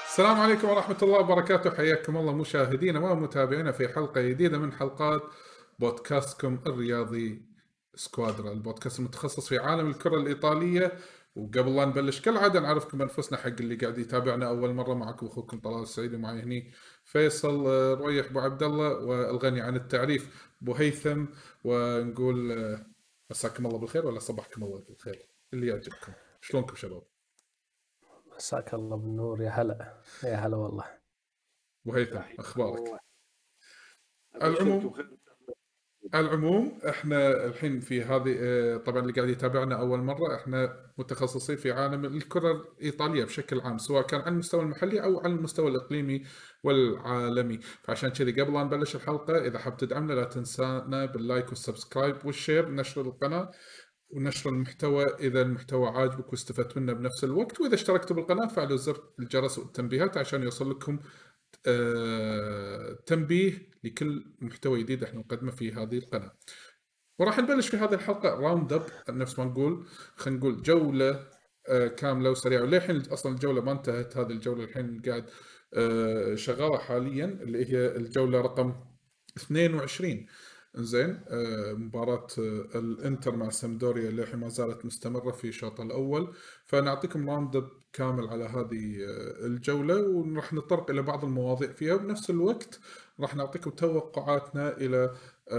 السلام عليكم ورحمة الله وبركاته. حياكم الله مشاهدينا ومتابعينا في حلقة جديدة من حلقات بودكاستكم الرياضي سكوادرا، البودكاست المتخصص في عالم الكرة الإيطالية. وقبل لا نبلش كالعادة نعرفكم أنفسنا حق اللي قاعد يتابعنا أول مرة. معكم أخوكم طلال السعيدي، ومعي هني فيصل رويح أبو عبد الله، والغني عن التعريف أبو هيثم. ونقول مساكم الله بالخير ولا صباحكم الله بالخير اللي يعجبكم. شلونكم شباب؟ مساك الله بالنور. يا هلا يا هلا والله. أبو هيثم أخبارك؟ أبشركم خير. العموم احنا الحين في هذه طبعا اللي قاعد يتابعنا اول مره، احنا متخصصين في عالم الكره الايطاليه بشكل عام، سواء كان على المستوى المحلي او على المستوى الاقليمي والعالمي. فعشان كذي قبل لا نبلش الحلقه، اذا حاب تدعمنا لا تنسانا باللايك والسبسكرايب والشير، نشر القناه ونشر المحتوى اذا المحتوى عاجبك واستفدت منه بنفس الوقت. واذا اشتركتوا بالقناه فعلوا زر الجرس والتنبيهات عشان يوصل لكم تنبيه لكل محتوى جديد احنا نقدمه في هذه القناه. وراح نبلش في هذه الحلقه راوند اب، نفس ما نقول خلينا نقول جوله كامله وسريعه. وللحين اصلا الجوله ما انتهت، هذه الجوله الحين قاعد شغاله حاليا، اللي هي الجوله رقم 22. زين، مباراة الانتر مع سامدوريا اللي الحين ما زالت مستمرة في الشوط الأول. فنعطيكم راوند اب كامل على هذه الجولة، وراح نتطرق إلى بعض المواضيع فيها. وبنفس الوقت راح نعطيكم توقعاتنا إلى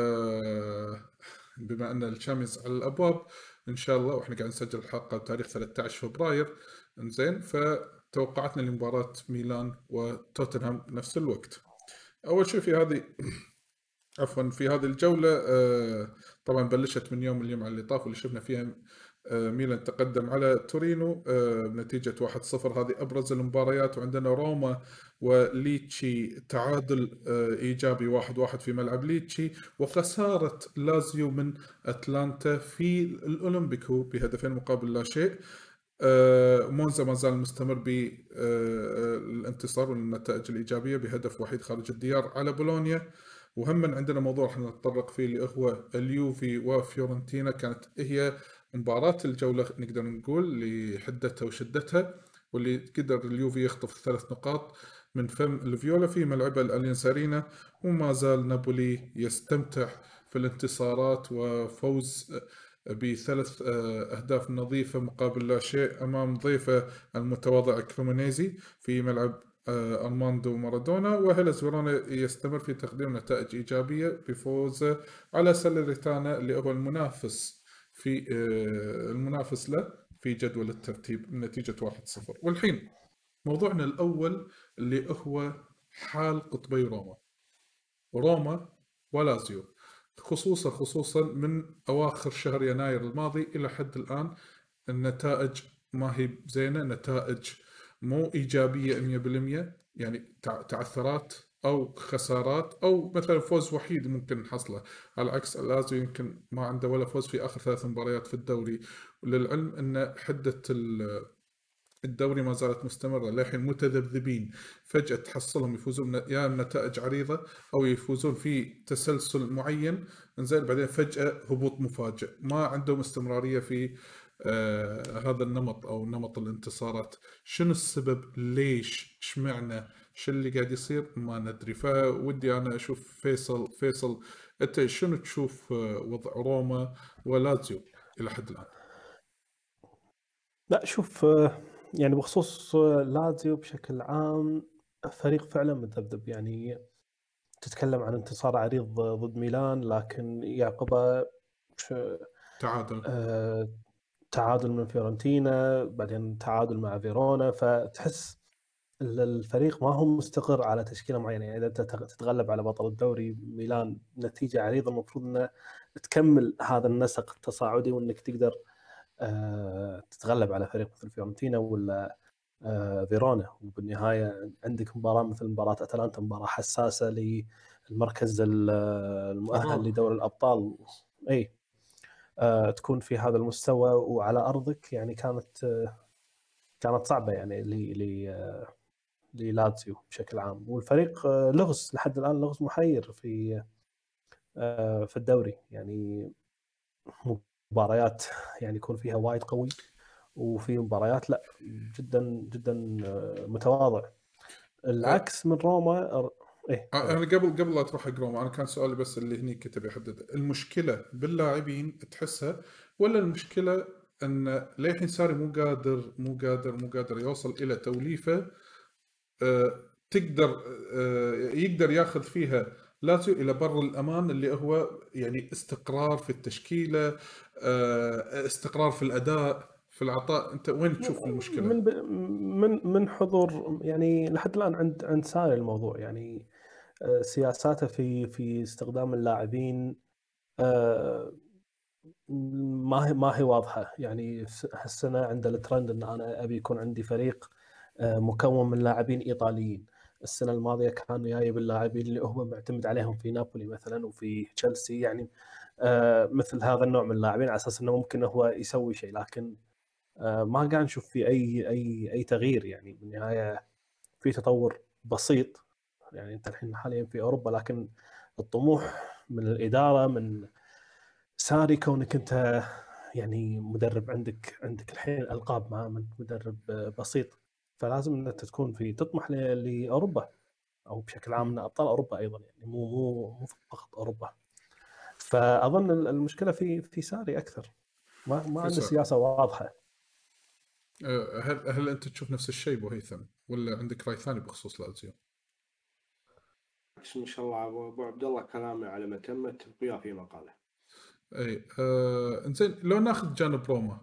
بما أن الشامبيونز على الأبواب إن شاء الله، وإحنا قاعد نسجل الحلقة بتاريخ 13 فبراير. إنزين، فتوقعاتنا لمباراة ميلان وتوتنهام بنفس الوقت. أول شيء في هذه عفوا في هذه الجولة طبعا بلشت من يوم الجمعة اللي طاف، واللي شفنا فيها ميلان تقدم على تورينو بنتيجة 1-0. هذه أبرز المباريات. وعندنا روما وليتشي تعادل إيجابي 1-1 في ملعب ليتشي، وخسارة لازيو من أتلانتا في الأولمبيكو بهدفين مقابل لا شيء. مونزا ما زال مستمر بالانتصار والنتائج الإيجابية بهدف وحيد خارج الديار على بولونيا. وهم عندنا موضوع راح نتطرق فيه اللي هو اليوفي وفيورنتينا. كانت هي مباراة الجولة نقدر نقول لحدتها وشدتها، واللي قدر اليوفي يخطف 3 نقاط من فم الفيولا في ملعبه الأليانز أرينا. وما زال نابولي يستمتع في الانتصارات وفوز ب3 أهداف نظيفة مقابل لا شيء أمام ضيفه المتواضع كرومونيزي في ملعب أرماندو مارادونا. وهيلاس فيرونا يستمر في تقديم نتائج إيجابية بفوزه على ساليريتانا اللي هو المنافس في المنافس له في جدول الترتيب بنتيجة 1-0. والحين موضوعنا الأول اللي هو حال قطبي روما ولازيو، خصوصا من أواخر شهر يناير الماضي إلى حد الآن. النتائج ما هي زينة، نتائج مو إيجابية 100%، يعني تعثرات أو خسارات أو مثلا فوز وحيد ممكن نحصله. على عكس لازيو يمكن ما عنده ولا فوز في آخر 3 مباريات في الدوري. وللعلم أن حدة الدوري ما زالت مستمرة للحين، متذبذبين. فجأة تحصلهم يفوزون يا نتائج عريضة أو يفوزون في تسلسل معين، انزين بعدين فجأة هبوط مفاجئ. ما عندهم استمرارية في هذا النمط أو نمط الانتصارات. شنو السبب؟ ليش؟ اشمعنى؟ شو اللي قاعد يصير؟ ما ندري. فودي أنا أشوف فيصل أنت شنو تشوف وضع روما ولازيو إلى حد الآن؟ لا شوف، يعني بخصوص لازيو بشكل عام فريق فعلا مذبذب. يعني تتكلم عن انتصار عريض ضد ميلان، لكن يعقبه تعادل. تعادل من فيورنتينا، بعدين تعادل مع فيرونا. فتحس الفريق ما هو مستقر على تشكيلة معينة. يعني إذا أنت تتغلب على بطل الدوري ميلان نتيجة عريضة، المفروض أن تكمل هذا النسق التصاعدي، وأنك تقدر تتغلب على فريق مثل فيورنتينا ولا فيرونا. وبالنهاية عندك مباراة مثل مباراة أتلانتا، مباراة حساسة للمركز المؤهل لدوري الأبطال. أي تكون في هذا المستوى وعلى أرضك، يعني كانت صعبة يعني للاتسيو بشكل عام. والفريق لغز لحد الآن، لغز محير في الدوري. يعني مباريات يعني يكون فيها وايد قوي، وفي مباريات لا، جدا جدا متواضع. العكس من روما. ايه انا قبل لا تروح حق روما، انا كان سؤالي بس اللي هني كتب يحدد المشكله باللاعبين تحسها، ولا المشكله ان للحين ساري مو قادر يوصل الى توليفه تقدر يقدر ياخذ فيها لازيو الى بر الامان، اللي هو يعني استقرار في التشكيله، استقرار في الاداء، في العطاء. انت وين تشوف المشكله؟ من حضور يعني لحد الان عند ساري الموضوع، يعني سياساته في استخدام اللاعبين ما هي واضحه. يعني هالسنه عند الترند ان انا ابي يكون عندي فريق مكون من لاعبين ايطاليين. السنه الماضيه كان جايب اللاعبين اللي هو معتمد عليهم في نابولي مثلا وفي تشيلسي، يعني مثل هذا النوع من اللاعبين على اساس انه ممكن هو يسوي شيء، لكن ما قاعد نشوف في اي تغيير. يعني بالنهايه في تطور بسيط. يعني انت الحين حاليا في اوروبا، لكن الطموح من الاداره، من ساري، كونك انت يعني مدرب عندك الحين القاب مع من مدرب بسيط، فلازم ان انت تكون تطمح لاوروبا، او بشكل عام ان ابطال اوروبا ايضا، يعني مو فقط اوروبا. فاظن المشكله في ساري اكثر، ما عنده سياسه واضحه. هل انت تشوف نفس الشيء ابو هيثم، ولا عندك راي ثاني بخصوص لازيو؟ ان شاء الله ابو عبد الله كلامي على ما تمت وياه في مقاله. اي انزين، لو ناخذ جانب روما،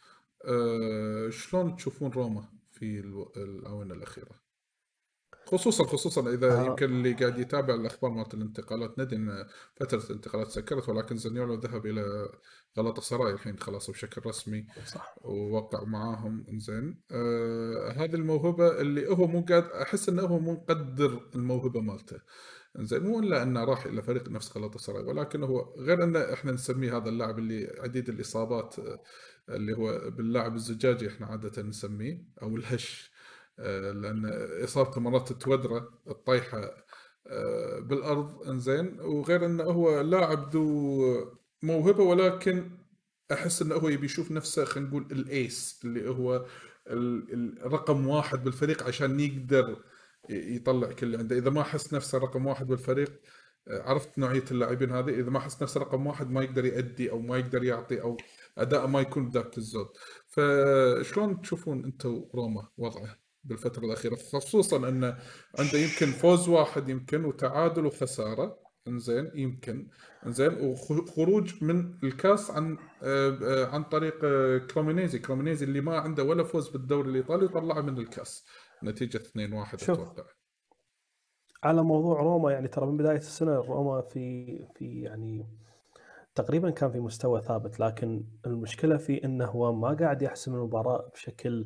شلون تشوفون روما في الآونة الأخيرة؟ خصوصا إذا يمكن اللي قاعد يتابع الأخبار مالت الانتقالات، ندري أن فترة الانتقالات سكرت، ولكن زانيولو ذهب إلى غلطة سراي الحين خلاص بشكل رسمي. صح. ووقع معاهم. إنزين هذه الموهبة اللي هو مو قاعد أحس أنه هو مو مقدر الموهبة مالته. إنزين مو إلا أنه راح إلى فريق نفس غلطة سراي، ولكن هو غير أنه إحنا نسميه هذا اللاعب اللي عديد الإصابات، اللي هو باللاعب الزجاجي إحنا عادة نسميه، أو الهش، لأن إصابته مرات تودره الطيحة بالأرض. إنزين وغير أنه هو لاعب ذو موهبة، ولكن أحس أنه هو يبي يشوف نفسه، خلينا نقول الأيس، اللي هو الرقم واحد بالفريق عشان يقدر يطلع كل اللي عنده. إذا ما حس نفسه رقم واحد بالفريق، عرفت نوعية اللاعبين هذه، إذا ما حس نفسه رقم واحد ما يقدر يأدي، أو ما يقدر يعطي، أو أداء ما يكون بذاك الزود. فشلون تشوفون أنتم روما وضعه بالفترة الأخيرة، خصوصا أنه عنده يمكن فوز واحد يمكن، وتعادل وخسارة. إنزين يمكن إنزين وخروج من الكاس عن طريق كرومينيزي اللي ما عنده ولا فوز بالدوري الإيطالي، طلعه من الكاس نتيجة 2-1 أتوقع. على موضوع روما، يعني ترى من بداية السنة روما في يعني تقريبا كان في مستوى ثابت، لكن المشكلة في انه هو ما قاعد يحسم المباراة بشكل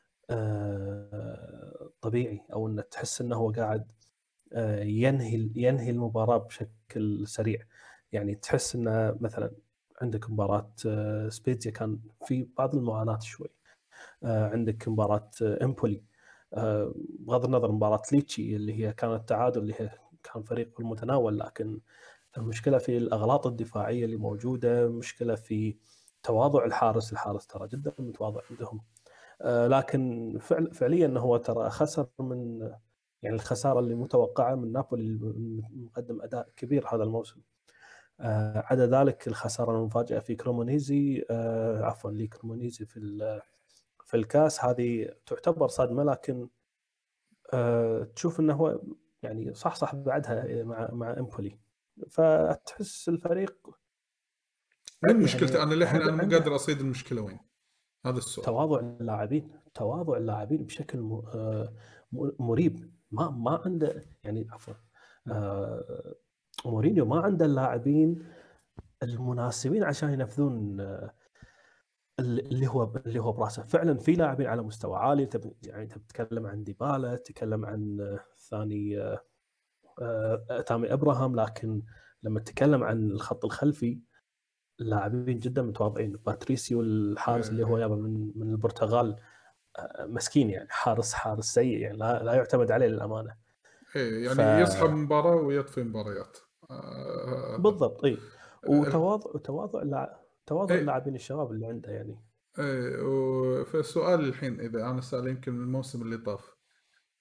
طبيعي، او انه تحس انه هو قاعد ينهي المباراة بشكل سريع. يعني تحس انه مثلا عندك مباراة سبيتزيا كان في بعض المعاناة شوي، عندك مباراة امبولي، بغض النظر مباراة ليتشي اللي هي كانت تعادل، اللي هي كان فريق في المتناول، لكن المشكلة في الأغلاط الدفاعية اللي موجودة، مشكلة في تواضع الحارس ترى جدا متواضع عندهم. لكن فعليا أنه هو ترى خسر من يعني الخسارة اللي متوقعة من نابولي، مقدم أداء كبير هذا الموسم. عدا ذلك الخسارة المفاجئة في كرومونيزي، عفوا لكرومونيزي في الكاس، هذه تعتبر صدمة، لكن تشوف انه هو يعني صح بعدها مع امبولي. فتحس الفريق وين مشكلته؟ يعني انا للحين انا مو قادر اصيد المشكله وين. هذا السؤال. تواضع اللاعبين بشكل مريب. ما عنده يعني عفوا مورينيو ما عنده اللاعبين المناسبين عشان ينفذون اللي هو براسه. فعلا في لاعبين على مستوى عالي، يعني انت بتتكلم عن ديبالا، تتكلم عن ثاني تامي ابراهام، لكن لما تتكلم عن الخط الخلفي اللاعبين جدا متواضعين. باتريسيو الحارس اللي هو يابا من البرتغال، مسكين يعني، حارس سيء يعني، لا يعتمد عليه للامانه. يعني يصحى مباراه ويطفي مباريات. بالضبط. اي وتواضع اللاعبين الشباب اللي عنده يعني. وفي السؤال الحين، اذا انا سأل يمكن الموسم اللي طاف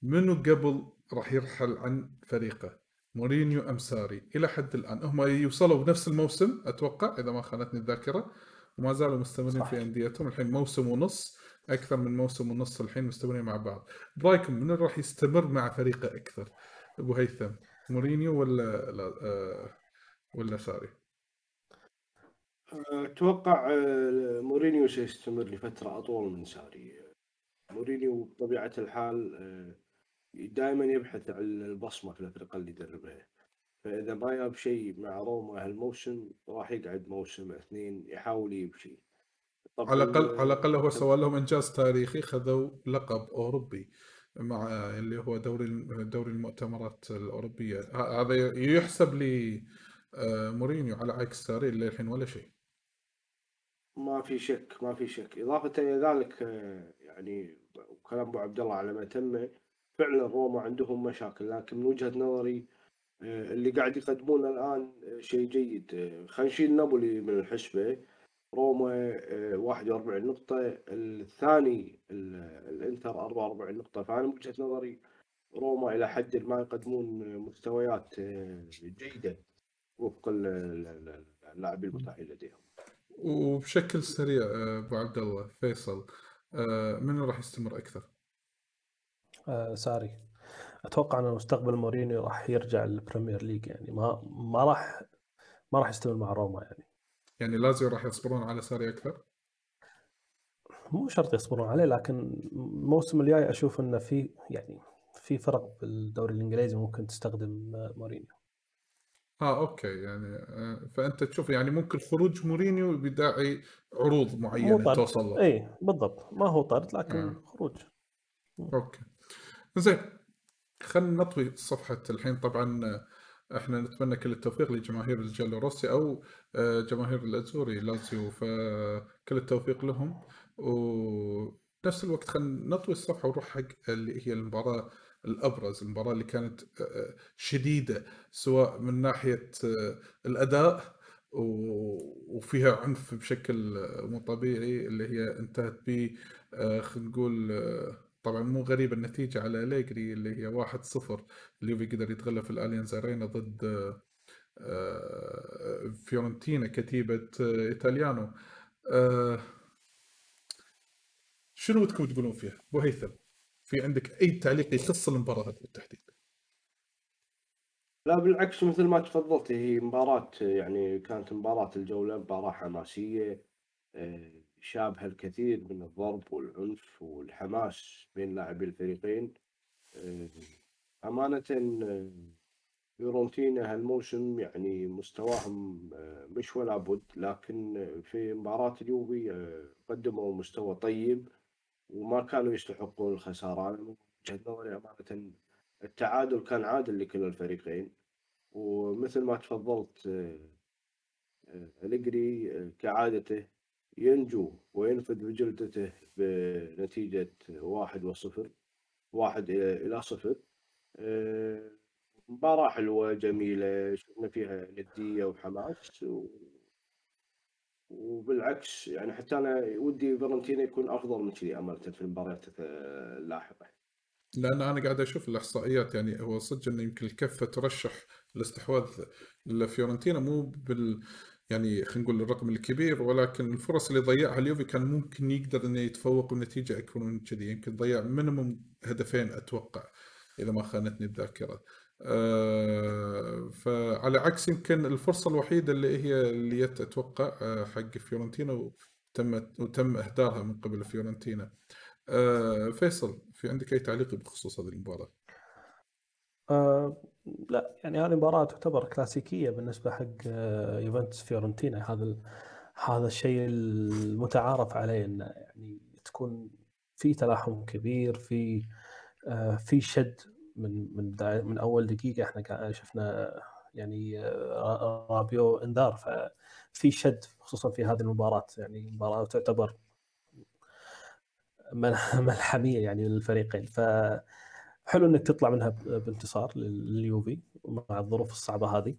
منو قبل راح يرحل عن فريقه، مورينيو ام ساري؟ الى حد الان هم يوصلوا بنفس الموسم اتوقع اذا ما خانتني الذاكره، وما زالوا مستمرين صح. في انديتهم الحين موسم ونص، اكثر من موسم ونص الحين مستمرين مع بعض. برايكم منو راح يستمر مع فريقه اكثر؟ ابو هيثم، مورينيو ولا لا ولا ساري؟ أتوقع مورينيو سيستمر لفترة أطول من ساري. مورينيو بطبيعة الحال دائما يبحث عن البصمة في الفرقة اللي يدربها، فإذا ما جاب شيء مع روما هالموسم راح يقعد موسم اثنين يحاول يجيب شيء. على طبعا الاقل على الاقل هو سوى لهم انجاز تاريخي، خذوا لقب اوروبي مع اللي هو دوري المؤتمرات الاوروبيه. هذا يحسب لي مورينيو، على عكس ساري اللي الحين ولا شيء. ما في شك، ما في شك. إضافة إلى ذلك يعني وكلام أبو عبد الله على ما تم، فعلا روما عندهم مشاكل، لكن من وجهة نظري اللي قاعد يقدمونه الآن شيء جيد. خلينا نشيل نابولي من الحسبة. روما 41 نقطة، الثاني الإنتر 44 نقطة. فأنا من وجهة نظري روما إلى حد ما يقدمون مستويات جيدة وفق اللاعبين المتاحين لديهم. وبشكل سريع ابو عبد الله فيصل، من راح يستمر اكثر؟ ساري. اتوقع ان مستقبل مورينيو راح يرجع للبريمير ليج، يعني ما راح يستمر مع روما. يعني لازم راح يصبرون على ساري اكثر. مو شرط يصبرون عليه، لكن الموسم الجاي اشوف انه في فرق بالدوري الانجليزي ممكن تستخدم مورينيو. اوكي، يعني فانت تشوف يعني ممكن خروج مورينيو بداعي عروض مو معينه طرد، توصل له. اي بالضبط، ما هو طرد لكن خروج. اوكي زين، خلينا نطوي صفحة الحين. طبعا احنا نتمنى كل التوفيق لجماهير الجيلو روسي او جماهير الازوري لازيو، فكل التوفيق لهم. ونفس الوقت خلينا نطوي الصفحة ونروح حق اللي هي المباراة الأبرز، المباراة اللي كانت شديدة سواء من ناحية الأداء وفيها عنف بشكل مو طبيعي، اللي هي انتهت ب خلينا نقول طبعا مو غريب النتيجة على أليجري، اللي هي 1-0. اليوفي قدر يتغلب في الأليانز أرينا ضد فيورنتينا كتيبة إيطاليانو. شنو ودكم تقولون فيها؟ أبو هيثم، في عندك أي تعليق يخص المباراة هذه بالتحديد؟ لا بالعكس، مثل ما تفضلت، هي مباراة يعني كانت مباراة الجولة، مباراة حماسية شابها الكثير من الضرب والعنف والحماس بين لاعبي الفريقين. أمانة فيورنتينا هالموسم يعني مستواهم مش ولا بد، لكن في مباراة اليوفي قدموا مستوى طيب وما كانوا يستحقون الخسارة. أنا من وجهة نظري أمانة التعادل كان عادل لكلا الفريقين، ومثل ما تفضلت أليجري كعادته ينجو وينفذ بجلدته بنتيجة 1-0، 1-0. مباراة حلوة جميلة، شفنا فيها ندية وحماس وبالعكس يعني حتى أنا ودي فالنتينا يكون أفضل من كذي أمانة في المباريات اللاحقة. لأن أنا قاعد أشوف الإحصائيات، يعني هو صدق إنه يمكن الكفة ترشح الاستحواذ لفيورنتينا مو يعني خلينا نقول الرقم الكبير، ولكن الفرص اللي ضيعها اليوفي كان ممكن يقدر إنه يتفوق بنتيجة أكبر من كذي. يمكن ضيع مينيموم هدفين أتوقع إذا ما خانتني الذاكرة. فعلى عكس يمكن الفرصة الوحيدة اللي أتوقع حق فيورنتينا وتم إهدارها من قبل فيورنتينا. فيصل، في عندك أي تعليق بخصوص هذه المباراة؟ لا يعني هذه المباراة تعتبر كلاسيكية بالنسبة حق يوفنتوس فيورنتينا. هذا الشيء المتعارف عليه، انه يعني تكون في تلاحم كبير، في شد من اول دقيقة. احنا شفنا يعني رابيو انذار، ففي شد خصوصا في هذه المباراة. يعني مباراة تعتبر ملحمية يعني للفريقين، فحلو انك تطلع منها بانتصار لليوفي مع الظروف الصعبة هذه.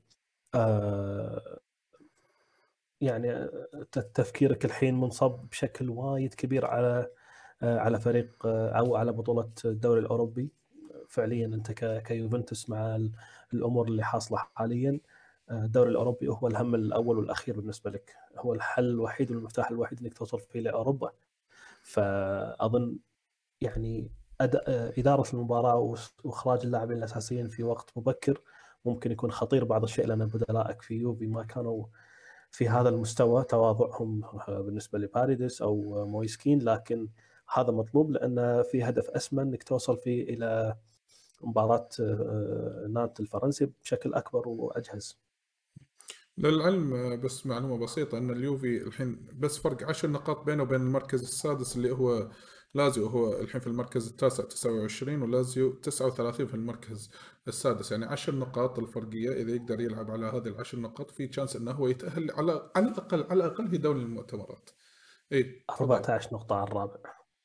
يعني تفكيرك الحين منصب بشكل وايد كبير على فريق او على بطولة الدوري الأوروبي. فعليا انت كيوفنتوس مع الامور اللي حاصله حاليا، الدوري الاوروبي هو الهم الاول والاخير بالنسبه لك، هو الحل الوحيد والمفتاح الوحيد انك توصل فيه لاوروبا. فاظن يعني اداره المباراه واخراج اللاعبين الاساسيين في وقت مبكر ممكن يكون خطير بعض الشيء، لان بدلائك في يوفي ما كانوا في هذا المستوى، تواضعهم بالنسبه لباريدس او مويسكين، لكن هذا مطلوب لان في هدف اسمى انك توصل فيه الى مباراه نانت الفرنسي بشكل اكبر واجهز. للعلم بس معلومة بسيطة أن اليوفي الحين بس فرق 10 نقاط بينه وبين المركز السادس اللي هو لازيو، هو الحين في المركز التاسع 29، ولازيو 39 في المركز السادس، يعني 10 نقاط الفرقية. إذا يقدر يلعب على هذه ال10 نقاط في تشانس أنه هو يتأهل على الأقل في دوري المؤتمرات. إيه 14 نقطة على الرابع.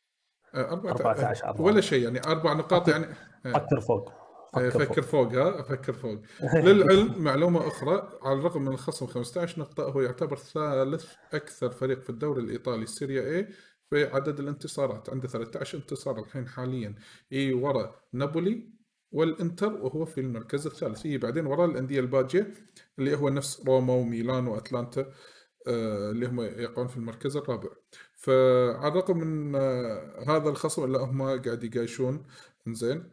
14 ولا شيء، يعني 4 نقاط يعني. فكر فوق. فكر فوق. أفكر فوق. للعلم معلومة أخرى، على الرغم من الخصم 15 نقطة هو يعتبر ثالث أكثر فريق في الدوري الإيطالي سيريا A في عدد الانتصارات، عنده 13 انتصار الحين حاليا، ورا نابولي والإنتر وهو في المركز الثالث، بعدين ورا الأندية الباجية اللي هو نفس روما وميلان وأتلانتا اللي هم يقعون في المركز الرابع. فعلى الرغم من هذا الخصم إلا هم قاعد يقايشون. إنزين،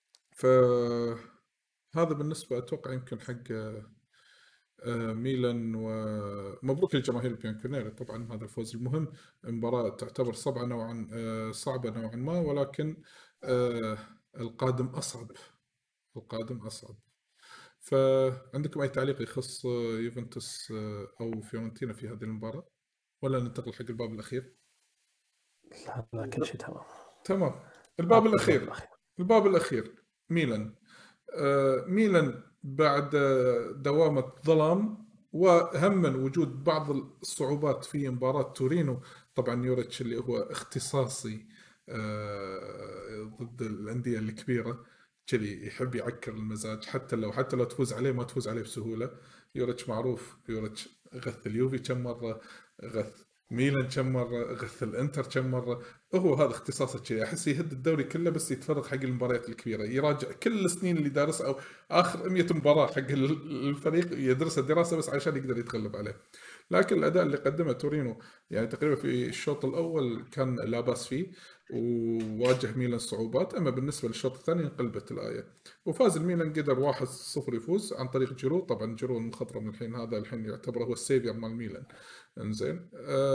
فهذا بالنسبة أتوقع يمكن حق ميلان، ومبروك للجماهير البيانكونيري طبعا هذا الفوز المهم. مباراة تعتبر صعبة نوعا ما، ولكن القادم أصعب. فعندكم أي تعليق يخص يوفنتوس أو فيورنتينا في هذه المباراة، ولا ننتقل حق الباب الأخير؟ لا كل شيء تمام. الباب الأخير ميلان بعد دوامة ظلام وهم وجود بعض الصعوبات في مباراة تورينو. طبعا يوريتش اللي هو اختصاصي ضد الأندية الكبيرة، كذي يحب يعكر المزاج، حتى لو تفوز عليه ما تفوز عليه بسهولة. يوريتش معروف، يوريتش غث اليوفي كم مرة، غث ميلان كم مرة، غث الانتر كم مرة. هو هذا اختصاصه كذي، احس يهد الدوري كله بس يتفرغ حق المباريات الكبيرة، يراجع كل السنين اللي دارسها او اخر 100 مباراة حق الفريق يدرسها دراسة بس عشان يقدر يتغلب عليه. لكن الاداء اللي قدمه تورينو يعني تقريبا في الشوط الاول كان لا باس فيه، وواجه ميلان صعوبات. اما بالنسبه للشوط الثاني انقلبت الايه، وفاز الميلان، قدر 1-0 يفوز عن طريق جيرو. طبعا جيرو المخضرم الحين يعتبر هو السيفير مال ميلان. انزين،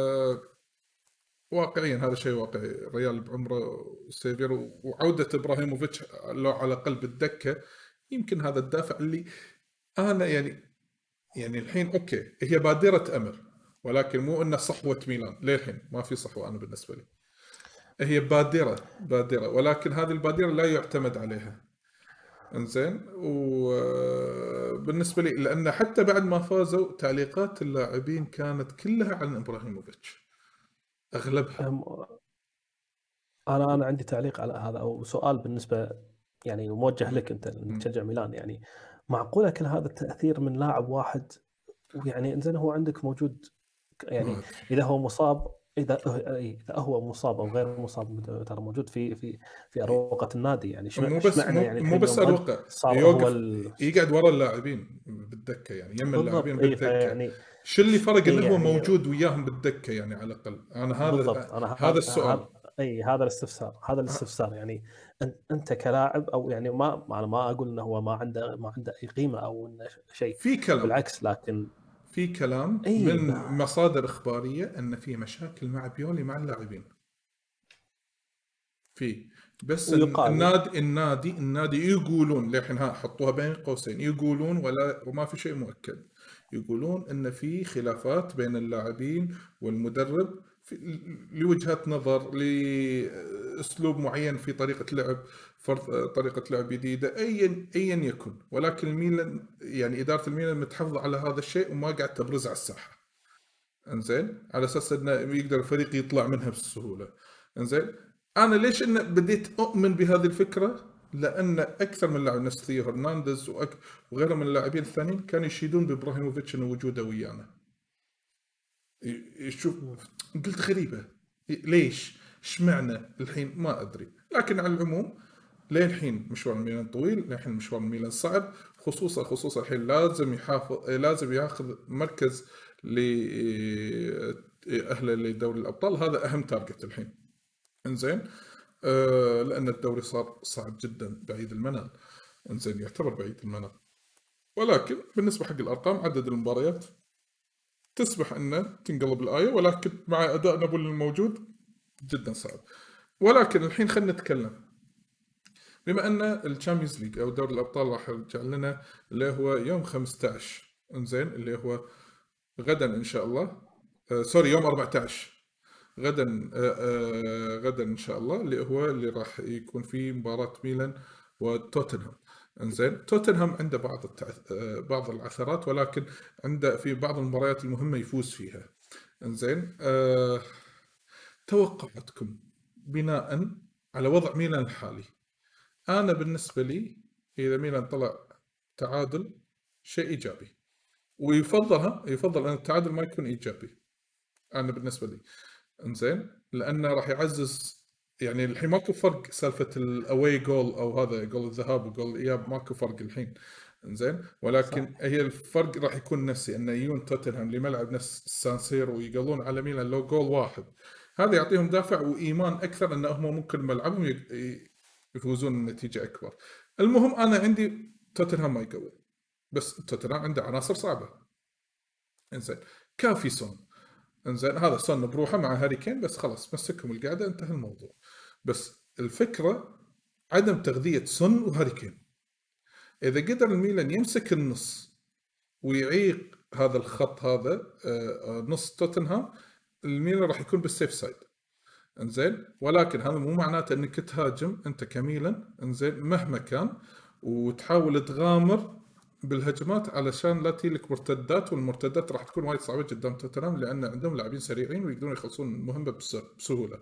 واقعيا هذا شيء واقعي، ريال بعمره سيفير، وعودة إبراهيموفيتش لو على قلب الدكة يمكن هذا الدافع اللي أنا يعني الحين أوكي هي بادرة أمر، ولكن مو إنه صحوة ميلان. للحين ما في صحوة أنا بالنسبة لي، هي بادرة ولكن هذه البادرة لا يعتمد عليها. انزين، وبالنسبة لي لأن حتى بعد ما فازوا تعليقات اللاعبين كانت كلها عن إبراهيموفيتش اغلبها. انا عندي تعليق على هذا او سؤال بالنسبه يعني موجه لك انت تشجع ميلان. يعني معقوله كل هذا التاثير من لاعب واحد؟ ويعني انزين هو عندك موجود، يعني اذا هو مصاب، اذا هو مصاب او غير مصاب ترى موجود في اروقه النادي. يعني مو بس اروقه، يقعد ورا اللاعبين بالدكه، يعني يم اللاعبين بالدكه. يعني شو اللي فرق انه هو موجود وياهم بالدكه يعني على الاقل؟ هذا السؤال. هذا الاستفسار. يعني انت كلاعب، او يعني انا ما اقول انه هو ما عنده اي قيمه او انه شيء، في كلام بالعكس، لكن في كلام من مصادر اخباريه ان في مشاكل مع بيولي مع اللاعبين، بس النادي يقولون للحين، حطوها بين قوسين، يقولون وما في شيء مؤكد، يقولون ان في خلافات بين اللاعبين والمدرب لوجهات نظر، لاسلوب معين في طريقه لعب، طريقه لعب جديده، ايا يكن. ولكن الميلان يعني اداره الميلان متحفظه على هذا الشيء وما قاعد تبرز على الساحه. انزين، على اساس انه يقدر الفريق يطلع منها بسهوله. انزين، انا ليش بديت اؤمن بهذه الفكره؟ لان اكثر من لاعب نفس ثيو هرنانديز وغيره من اللاعبين الثانيين كانوا يشيدون بإبراهيموفيتش انه وجوده ويانا. شوف، قلت غريبه، ليش اشمعنى الحين؟ ما ادري. لكن على العموم للحين مشوار الميلان طويل، للحين مشوار الميلان صعب، خصوصا الحين لازم ياخذ مركز لأهله لدوري الأبطال. هذا أهم تارجت الحين. انزين لأن الدوري صار صعب جدا بعيد المنال. انزين يعتبر بعيد المنال، ولكن بالنسبة حق الأرقام عدد المباريات تسمح أنه تنقلب الآية، ولكن مع أداء نابولي الموجود جدا صعب. ولكن الحين خلينا نتكلم، بما أن الشامبيونز ليج أو دوري الأبطال راح يرجع لنا اللي هو يوم 15، انزين اللي هو غدا إن شاء الله، يوم 14 غدا، غدا إن شاء الله، اللي راح يكون فيه مباراة ميلان وتوتنهام. انزين توتنهام عنده بعض العثرات، ولكن عنده في بعض المباريات المهمة يفوز فيها. انزين توقعاتكم بناء على وضع ميلان الحالي. أنا بالنسبة لي إذا ميلان طلع تعادل شيء إيجابي، ويفضل أن التعادل ما يكون إيجابي. أنا بالنسبة لي انزين لأنه راح يعزز، يعني الحين ماكو فرق سالفة الأواي جول أو هذا جول الذهاب وجول الإياب، ماكو فرق الحين. انزين ولكن صح. هي الفرق راح يكون نفسي، أن يجون توتنهام لملعب نفس السانسيرو ويقلون على ميلان لو جول واحد، هذا يعطيهم دافع وإيمان أكثر أنهم ممكن ملعبهم يفوزون النتيجة أكبر. المهم أنا عندي توتنهام ما يقوي، بس توتنهام عنده عناصر صعبة. انزين كافي سون، انزين هذا سون بروحه مع هاري كين، بس خلاص مسكهم القاعدة انتهى الموضوع. بس الفكرة عدم تغذية سون وهاري كين. إذا قدر الميلان يمسك النص ويعيق هذا الخط هذا نص توتنهام، الميلان راح يكون بالسيف سايد. انزين ولكن هذا مو معناته انك تهاجم انت كميلان انزين مهما كان، وتحاول تغامر بالهجمات علشان لا تجيلك مرتدات، والمرتدات راح تكون وايد صعبه قدام توتنهام لان عندهم لاعبين سريعين ويقدرون يخلصون المهمه بسهوله.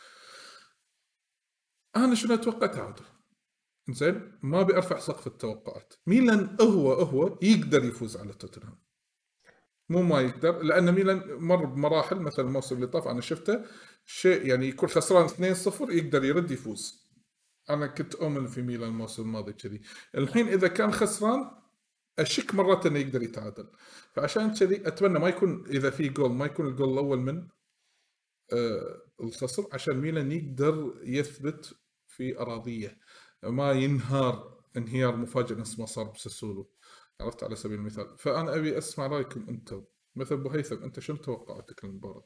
انا شنو اتوقع؟ تعادل. انزين ما بيرفع سقف التوقعات. ميلان هو يقدر يفوز على توتنهام، مو ما يقدر، لأن ميلان مر بمراحل مثل الموسم اللي طاف أنا شفته شيء، يعني يكون خسران 2-0 يقدر يرد يفوز. أنا كنت أؤمن في ميلان الموسم الماضي كذي. الحين إذا كان خسران أشك مرات إنه يقدر يتعادل، فعشان كذي أتمنى ما يكون إذا في جول ما يكون الجول الأول من الخصم، عشان ميلان يقدر يثبت في أراضيه، ما ينهار انهيار مفاجئ نفس ما صار بساسولو، عرفت على سبيل المثال. فأنا أبي أسمع رأيكم أنتم، مثل أبو هيثم أنت شنو توقعاتك للمباراة؟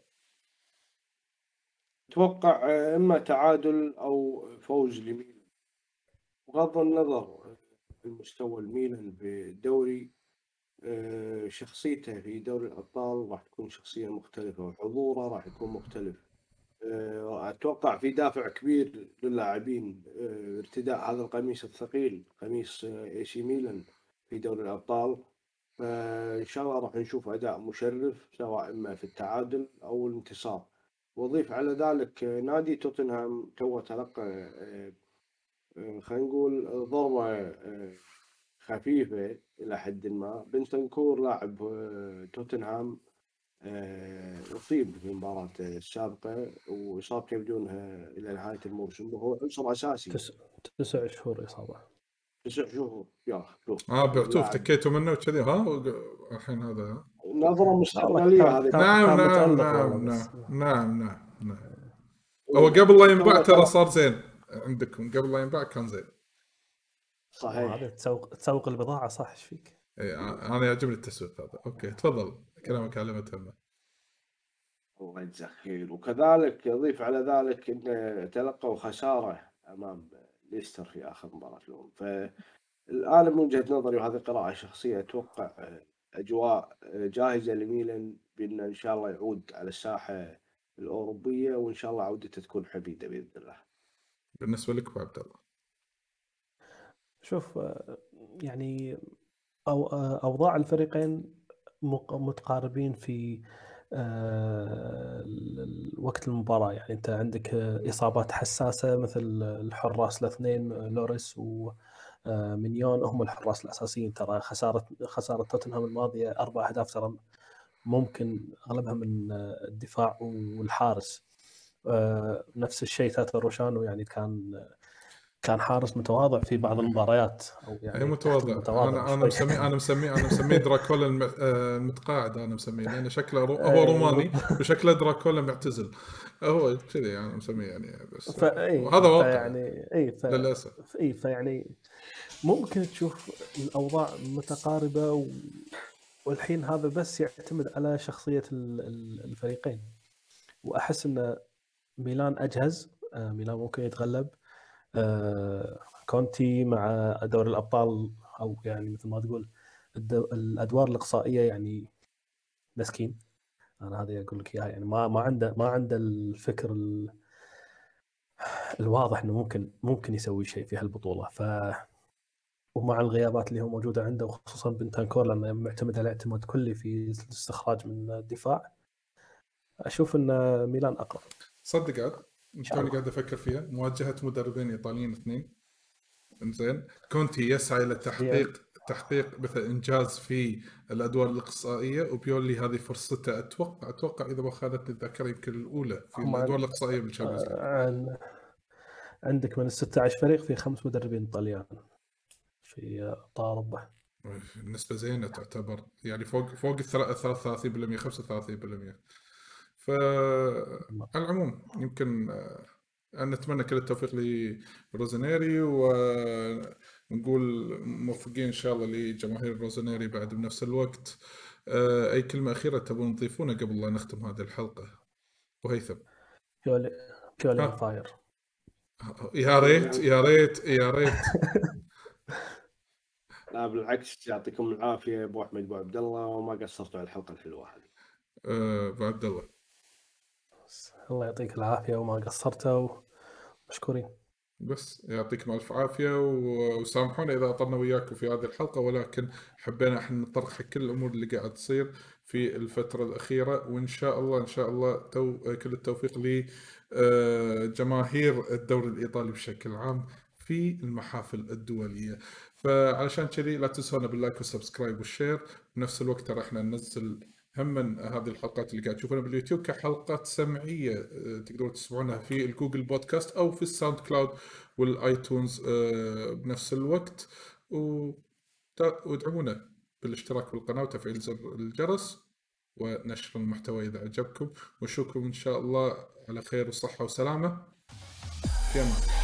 أتوقع إما تعادل أو فوز لميلان، بغض النظر المستوى الميلان بالدوري. شخصيته في دوري الأبطال راح تكون شخصية مختلفة، وحضوره راح يكون مختلف. أتوقع في دافع كبير للاعبين ارتداء هذا القميص الثقيل، قميص اي سي ميلان في دوري الأبطال. فإن شاء الله راح نشوف أداء مشرف، سواء إما في التعادل أو الانتصار. وأضيف على ذلك نادي توتنهام تو تلقى خلينا نقول ضربة خفيفة إلى حد ما. بنتنكور لاعب توتنهام أصيب في المباراة السابقة، وإصابته بدونها إلى نهاية الموسم، وهو عنصر أساسي. 9 شهور إصابة. 9 شهور يا شوف. بعتوه افتكيتوا منه وكذي الحين هذا نظرة مستقبلية هذه. نعم. هو قبل لا ينباع ترى صار زين عندكم، قبل لا ينباع كان زين. صحيح. هذا تسوق البضاعة صح. ايش فيك؟ انا يعجبني التسويق هذا. اوكي تفضل كلامك علامة تامة. الله يجزاك خير. وكذلك يضيف على ذلك ان تلقوا خسارة امام ليستر في اخر مباراة لهم. فالان من وجهة نظري، وهذه قراءة شخصية، اتوقع اجواء جاهزة لميلان بان ان شاء الله يعود على الساحة الأوروبية، وإن شاء الله عودته تكون حميدة بإذن الله. بالنسبة لك أبو عبد الله؟ شوف يعني أوضاع الفريقين متقاربين في وقت المباراة. يعني أنت عندك إصابات حساسة مثل الحراس الاثنين لوريس ومينيون، هم الحراس الأساسيين. ترى خسارة توتنهام الماضية 4 أهداف ترى ممكن أغلبها من الدفاع والحارس. نفس الشيء تاتا روشانو، يعني كان كان حارس متواضع في بعض المباريات، او يعني متواضع. انا مسميه دراكولا المتقاعد. انا مسميه لانه شكله هو روماني وشكله دراكولا معتزل. هو كذا يعني مسميه يعني. بس هذا واقع يعني للاسف. فيعني ممكن تشوف الاوضاع متقاربه والحين هذا بس يعتمد على شخصيه الفريقين. واحس ان ميلان اجهز، ميلان ممكن يتغلب. كونتي مع دوري الابطال، او يعني مثل ما تقول الادوار الاقصائيه، يعني مسكين. انا هذا اقول لك اياها، يعني ما عنده الفكر الواضح انه ممكن يسوي شيء في هالبطوله. ومع الغيابات اللي هو موجوده عنده، وخصوصا بنتانكور لانه معتمد على اعتماد كلي في الاستخراج من الدفاع، اشوف ان ميلان اقرب. صدق توني قاعد افكر فيها مواجهه مدربين ايطاليين اثنين. انزين كونتي يسعى الى تحقيق مثل انجاز في الادوار الاقصائيه، وبيولي هذه فرصته. اتوقع اذا ما خانتني الذاكره يمكن الاولى في الادوار الاقصائيه بالشامبيونز ليج. عندك من 16 فريق في 5 مدربين طليان في ابطال اوروبا. نسبه زينه تعتبر، يعني فوق 33% 35%. فعلى العموم يمكن نتمنى كل التوفيق لروزانيري، ونقول موفقين إن شاء الله لجماهير روزانيري بعد بنفس الوقت. أي كلمة أخيرة تبون تضيفونها قبل لا نختم هذه الحلقة؟ وهيثم. بيولي فاير. يا ريت لا بالعكس، يعطيكم العافية أبو أحمد أبو عبد الله، وما قصرتوا على الحلقة الحلوة هذه. أبو عبد الله الله يعطيك العافية وما قصرتوا، مشكورين. بس يعطيكم الف عافيه، وسامحونا اذا اطلنا وياكم في هذه الحلقه، ولكن حبينا احنا نطرق حق كل الامور اللي قاعد تصير في الفتره الاخيره. وان شاء الله كل التوفيق لجماهير الدوري الايطالي بشكل عام في المحافل الدوليه. فعلشان كذي لا تنسونا باللايك والسبسكرايب والشير. بنفس الوقت ترى احنا ننزل هم من هذه الحلقات اللي قاعد تشوفونها باليوتيوب كحلقات سمعية، تقدروا تسمعونها في الجوجل بودكاست أو في الساوند كلاود والآيتونز بنفس الوقت. وادعمونا بالاشتراك بالقناة وتفعيل زر الجرس ونشر المحتوى إذا عجبكم. ونشوفكم إن شاء الله على خير وصحة وسلامة. في أمان.